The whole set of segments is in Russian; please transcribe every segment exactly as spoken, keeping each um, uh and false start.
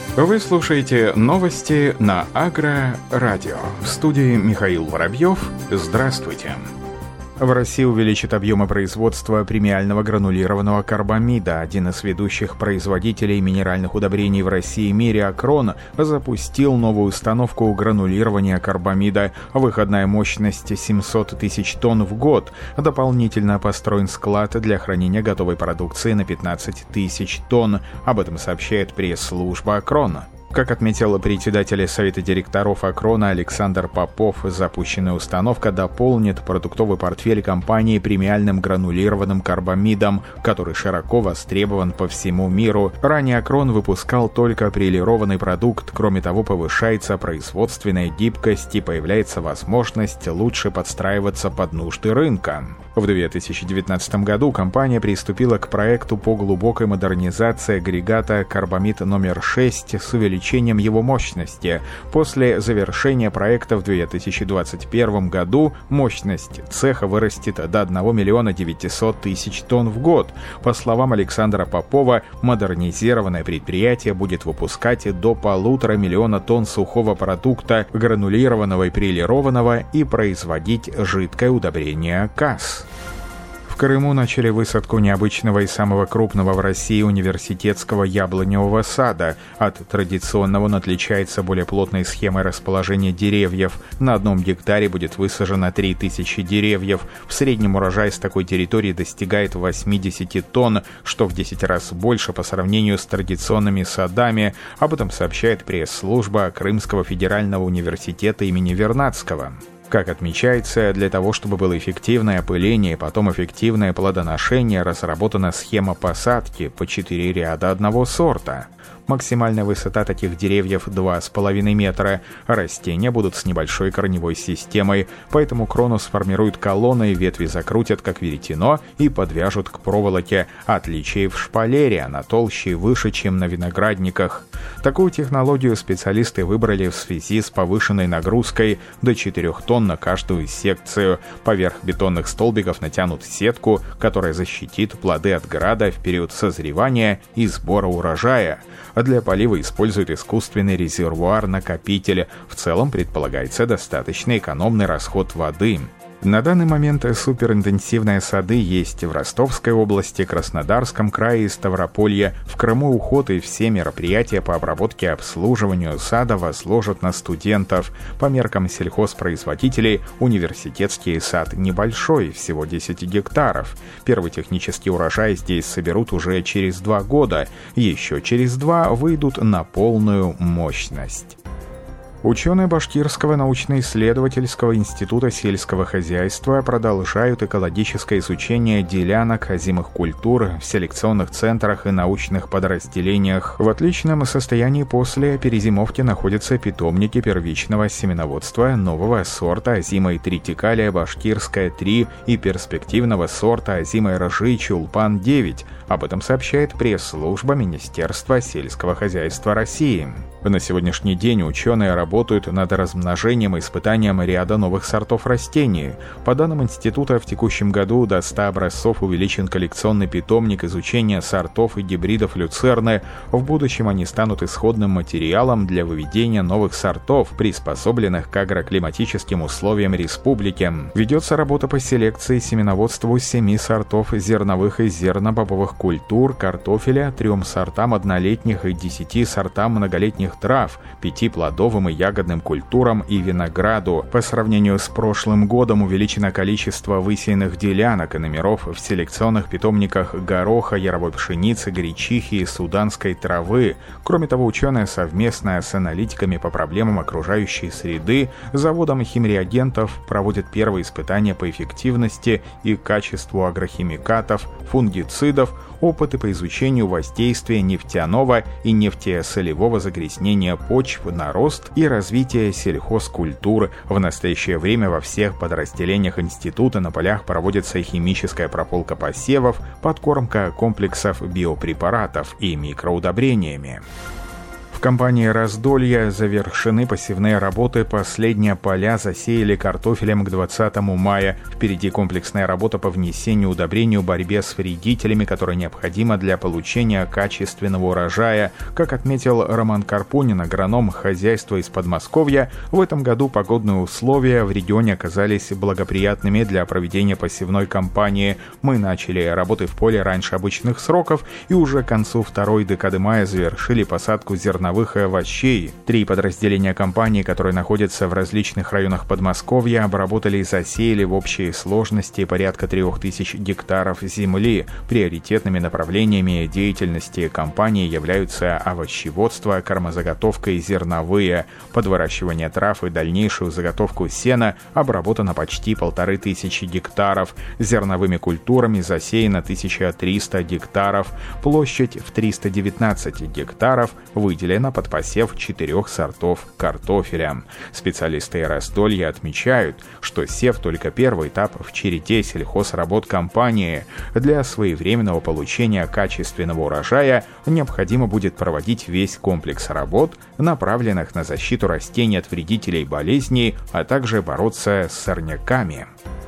Вы слушаете новости на Агро-радио. В студии Михаил Воробьев. Здравствуйте. В России увеличит объемы производства премиального гранулированного карбамида. Один из ведущих производителей минеральных удобрений в России и мире, Акрон, запустил новую установку гранулирования карбамида. Выходная мощность семьсот тысяч тонн в год. Дополнительно построен склад для хранения готовой продукции на пятнадцать тысяч тонн. Об этом сообщает пресс-служба Акрона. Как отметил председатель Совета директоров Акрона Александр Попов, запущенная установка дополнит продуктовый портфель компании премиальным гранулированным карбамидом, который широко востребован по всему миру. Ранее Акрон выпускал только прилированный продукт. Кроме того, повышается производственная гибкость и появляется возможность лучше подстраиваться под нужды рынка. В две тысячи девятнадцатом году компания приступила к проекту по глубокой модернизации агрегата карбамид номер шесть с увеличением его мощности. После завершения проекта в две тысячи двадцать первом году мощность цеха вырастет до одного миллиона девятисот тысяч тонн в год. По словам Александра Попова, модернизированное предприятие будет выпускать до полутора миллиона тонн сухого продукта, гранулированного и прилированного, и производить жидкое удобрение КАС. В Крыму начали высадку необычного и самого крупного в России университетского яблоневого сада. От традиционного он отличается более плотной схемой расположения деревьев. На одном гектаре будет высажено три тысячи деревьев. В среднем урожай с такой территории достигает восемьдесят тонн, что в десять раз больше по сравнению с традиционными садами. Об этом сообщает пресс-служба Крымского федерального университета имени Вернадского. Как отмечается, для того, чтобы было эффективное опыление и потом эффективное плодоношение, разработана схема посадки по четыре ряда одного сорта. Максимальная высота таких деревьев два с половиной метра. Растения будут с небольшой корневой системой, поэтому крону сформируют колонны, ветви закрутят как веретено и подвяжут к проволоке. Отличие в шпалере, она толще и выше, чем на виноградниках. Такую технологию специалисты выбрали в связи с повышенной нагрузкой до четырёх тонн на каждую секцию. Поверх бетонных столбиков натянут сетку, которая защитит плоды от града в период созревания и сбора урожая. Для полива используют искусственный резервуар-накопитель. В целом предполагается достаточно экономный расход воды. На данный момент суперинтенсивные сады есть в Ростовской области, Краснодарском крае и Ставрополье. В Крыму уход и все мероприятия по обработке и обслуживанию сада возложат на студентов. По меркам сельхозпроизводителей университетский сад небольшой, всего десять гектаров. Первый технический урожай здесь соберут уже через два года. Еще через два выйдут на полную мощность. Ученые Башкирского научно-исследовательского института сельского хозяйства продолжают экологическое изучение делянок озимых культур в селекционных центрах и научных подразделениях. В отличном состоянии после перезимовки находятся питомники первичного семеноводства нового сорта озимой тритикалия башкирская три и перспективного сорта озимой ржи Чулпан девять. Об этом сообщает пресс-служба Министерства сельского хозяйства России. На сегодняшний день ученые работают над размножением и испытанием ряда новых сортов растений. По данным института, в текущем году до ста образцов увеличен коллекционный питомник изучения сортов и гибридов люцерны. В будущем они станут исходным материалом для выведения новых сортов, приспособленных к агроклиматическим условиям республики. Ведется работа по селекции семеноводству семи сортов зерновых и зернобобовых культур, картофеля, трем сортам однолетних и десяти сортам многолетних трав, пяти плодовым и ягодным культурам и винограду. По сравнению с прошлым годом увеличено количество высеянных делянок и номеров в селекционных питомниках гороха, яровой пшеницы, гречихи и суданской травы. Кроме того, ученые совместно с аналитиками по проблемам окружающей среды, заводом химреагентов проводят первые испытания по эффективности и качеству агрохимикатов, фунгицидов, опыты по изучению воздействия нефтяного и нефтесолевого загрязнения почв на рост и развитие сельхозкультур. В настоящее время во всех подразделениях института на полях проводится химическая прополка посевов, подкормка комплексов биопрепаратов и микроудобрениями. В компании «Раздолье» завершены посевные работы, последние поля засеяли картофелем к двадцатому мая. Впереди комплексная работа по внесению удобрений в борьбе с вредителями, которая необходима для получения качественного урожая. Как отметил Роман Карпунин, агроном хозяйства из Подмосковья, в этом году погодные условия в регионе оказались благоприятными для проведения посевной кампании. Мы начали работы в поле раньше обычных сроков и уже к концу второй декады мая завершили посадку зерновых и овощей. Три подразделения компании, которые находятся в различных районах Подмосковья, обработали и засеяли в общей сложности порядка трех тысяч гектаров земли. Приоритетными направлениями деятельности компании являются овощеводство, кормозаготовка и зерновые. Под выращивание трав и дальнейшую заготовку сена обработано почти полторы тысячи гектаров. Зерновыми культурами засеяно тысяча триста гектаров. Площадь в триста девятнадцать гектаров выделена под посев четырех сортов картофеля. Специалисты Раздолья отмечают, что сев только первый этап в череде сельхозработ компании. Для своевременного получения качественного урожая необходимо будет проводить весь комплекс работ, направленных на защиту растений от вредителей и болезней, а также бороться с сорняками.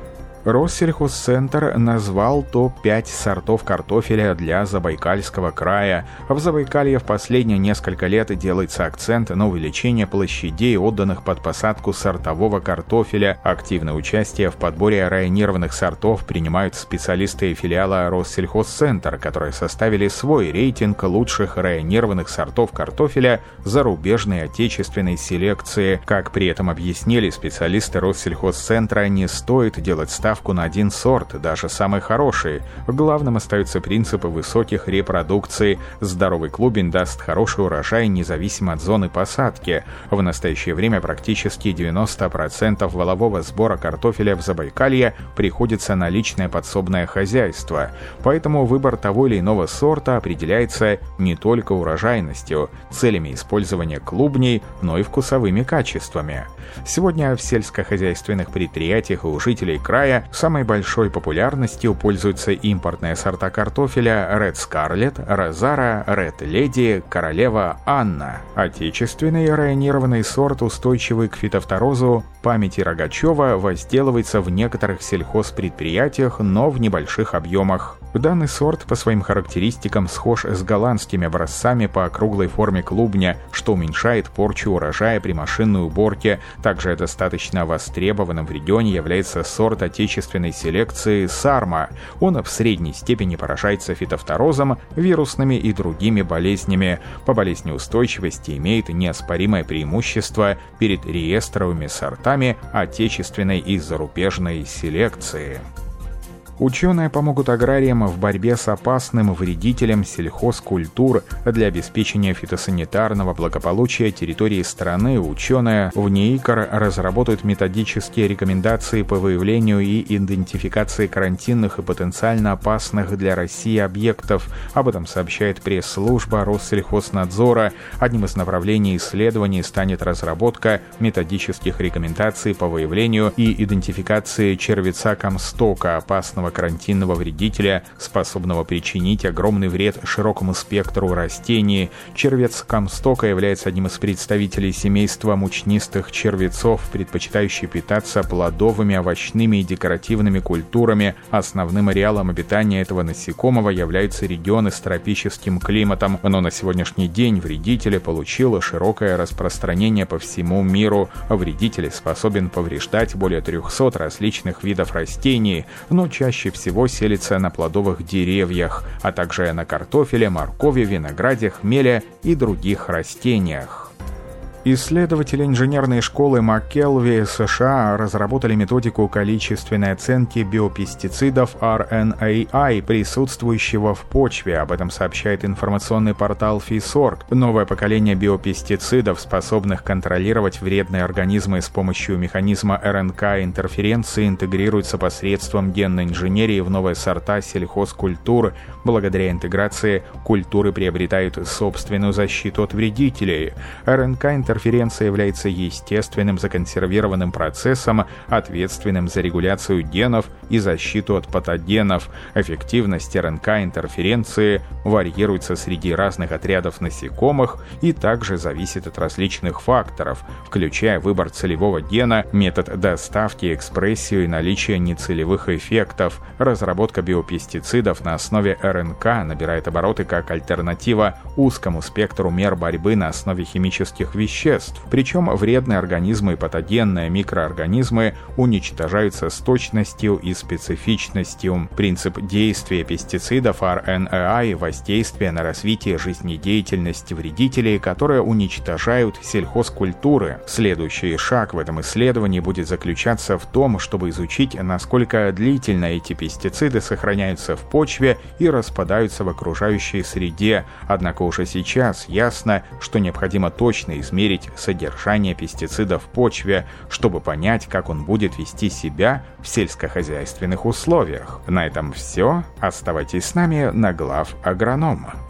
Россельхозцентр назвал топ пять сортов картофеля для Забайкальского края. В Забайкалье в последние несколько лет делается акцент на увеличение площадей, отданных под посадку сортового картофеля. Активное участие в подборе районированных сортов принимают специалисты филиала Россельхозцентр, которые составили свой рейтинг лучших районированных сортов картофеля зарубежной отечественной селекции. Как при этом объяснили специалисты Россельхозцентра, не стоит делать ставку на один сорт, даже самый хороший. Главным остаются принципы высоких репродукций. Здоровый клубень даст хороший урожай независимо от зоны посадки. В настоящее время практически девяносто процентов валового сбора картофеля в Забайкалье приходится на личное подсобное хозяйство. Поэтому выбор того или иного сорта определяется не только урожайностью, целями использования клубней, но и вкусовыми качествами. Сегодня в сельскохозяйственных предприятиях и у жителей края самой большой популярностью пользуются импортные сорта картофеля Red Scarlet, Розара, Red Lady, Королева Анна. Отечественный районированный сорт, устойчивый к фитофторозу памяти Рогачева, возделывается в некоторых сельхозпредприятиях, но в небольших объемах. Данный сорт по своим характеристикам схож с голландскими образцами по округлой форме клубня, что уменьшает порчу урожая при машинной уборке. Также достаточно востребованным в регионе является сорт отечественной селекции Сарма. Он в средней степени поражается фитофторозом, вирусными и другими болезнями. По болезнеустойчивости имеет неоспоримое преимущество перед реестровыми сортами отечественной и зарубежной селекции. Ученые помогут аграриям в борьбе с опасным вредителем сельхозкультур. Для обеспечения фитосанитарного благополучия территории страны ученые в НИИКР разработают методические рекомендации по выявлению и идентификации карантинных и потенциально опасных для России объектов. Об этом сообщает пресс-служба Россельхознадзора. Одним из направлений исследований станет разработка методических рекомендаций по выявлению и идентификации червеца Комстока, опасного карантинного вредителя, способного причинить огромный вред широкому спектру растений. Червец Комстока является одним из представителей семейства мучнистых червецов, предпочитающий питаться плодовыми, овощными и декоративными культурами. Основным ареалом обитания этого насекомого являются регионы с тропическим климатом, но на сегодняшний день вредитель получил широкое распространение по всему миру. Вредитель способен повреждать более трехсот различных видов растений, но чаще всего селится на плодовых деревьях, а также на картофеле, моркови, винограде, хмеле и других растениях. Исследователи инженерной школы МакКелви США разработали методику количественной оценки биопестицидов ар эн эй ай, присутствующего в почве. Об этом сообщает информационный портал Фисорг. Новое поколение биопестицидов, способных контролировать вредные организмы с помощью механизма эр эн ка-интерференции, интегрируется посредством генной инженерии в новые сорта сельхозкультур. Благодаря интеграции культуры приобретают собственную защиту от вредителей. эр эн ка-интерференция интерференция является естественным законсервированным процессом, ответственным за регуляцию генов и защиту от патогенов. Эффективность эр эн ка-интерференции варьируется среди разных отрядов насекомых и также зависит от различных факторов, включая выбор целевого гена, метод доставки, экспрессию и наличие нецелевых эффектов. Разработка биопестицидов на основе эр эн ка набирает обороты как альтернатива узкому спектру мер борьбы на основе химических веществ. Причем вредные организмы и патогенные микроорганизмы уничтожаются с точностью и специфичностью. Принцип действия пестицидов ар эн э а и воздействие на развитие жизнедеятельности вредителей, которые уничтожают сельхозкультуры. Следующий шаг в этом исследовании будет заключаться в том, чтобы изучить, насколько длительно эти пестициды сохраняются в почве и распадаются в окружающей среде. Однако уже сейчас ясно, что необходимо точно измерить содержание пестицида в почве, чтобы понять, как он будет вести себя в сельскохозяйственных условиях. На этом все. Оставайтесь с нами на Глав агронома.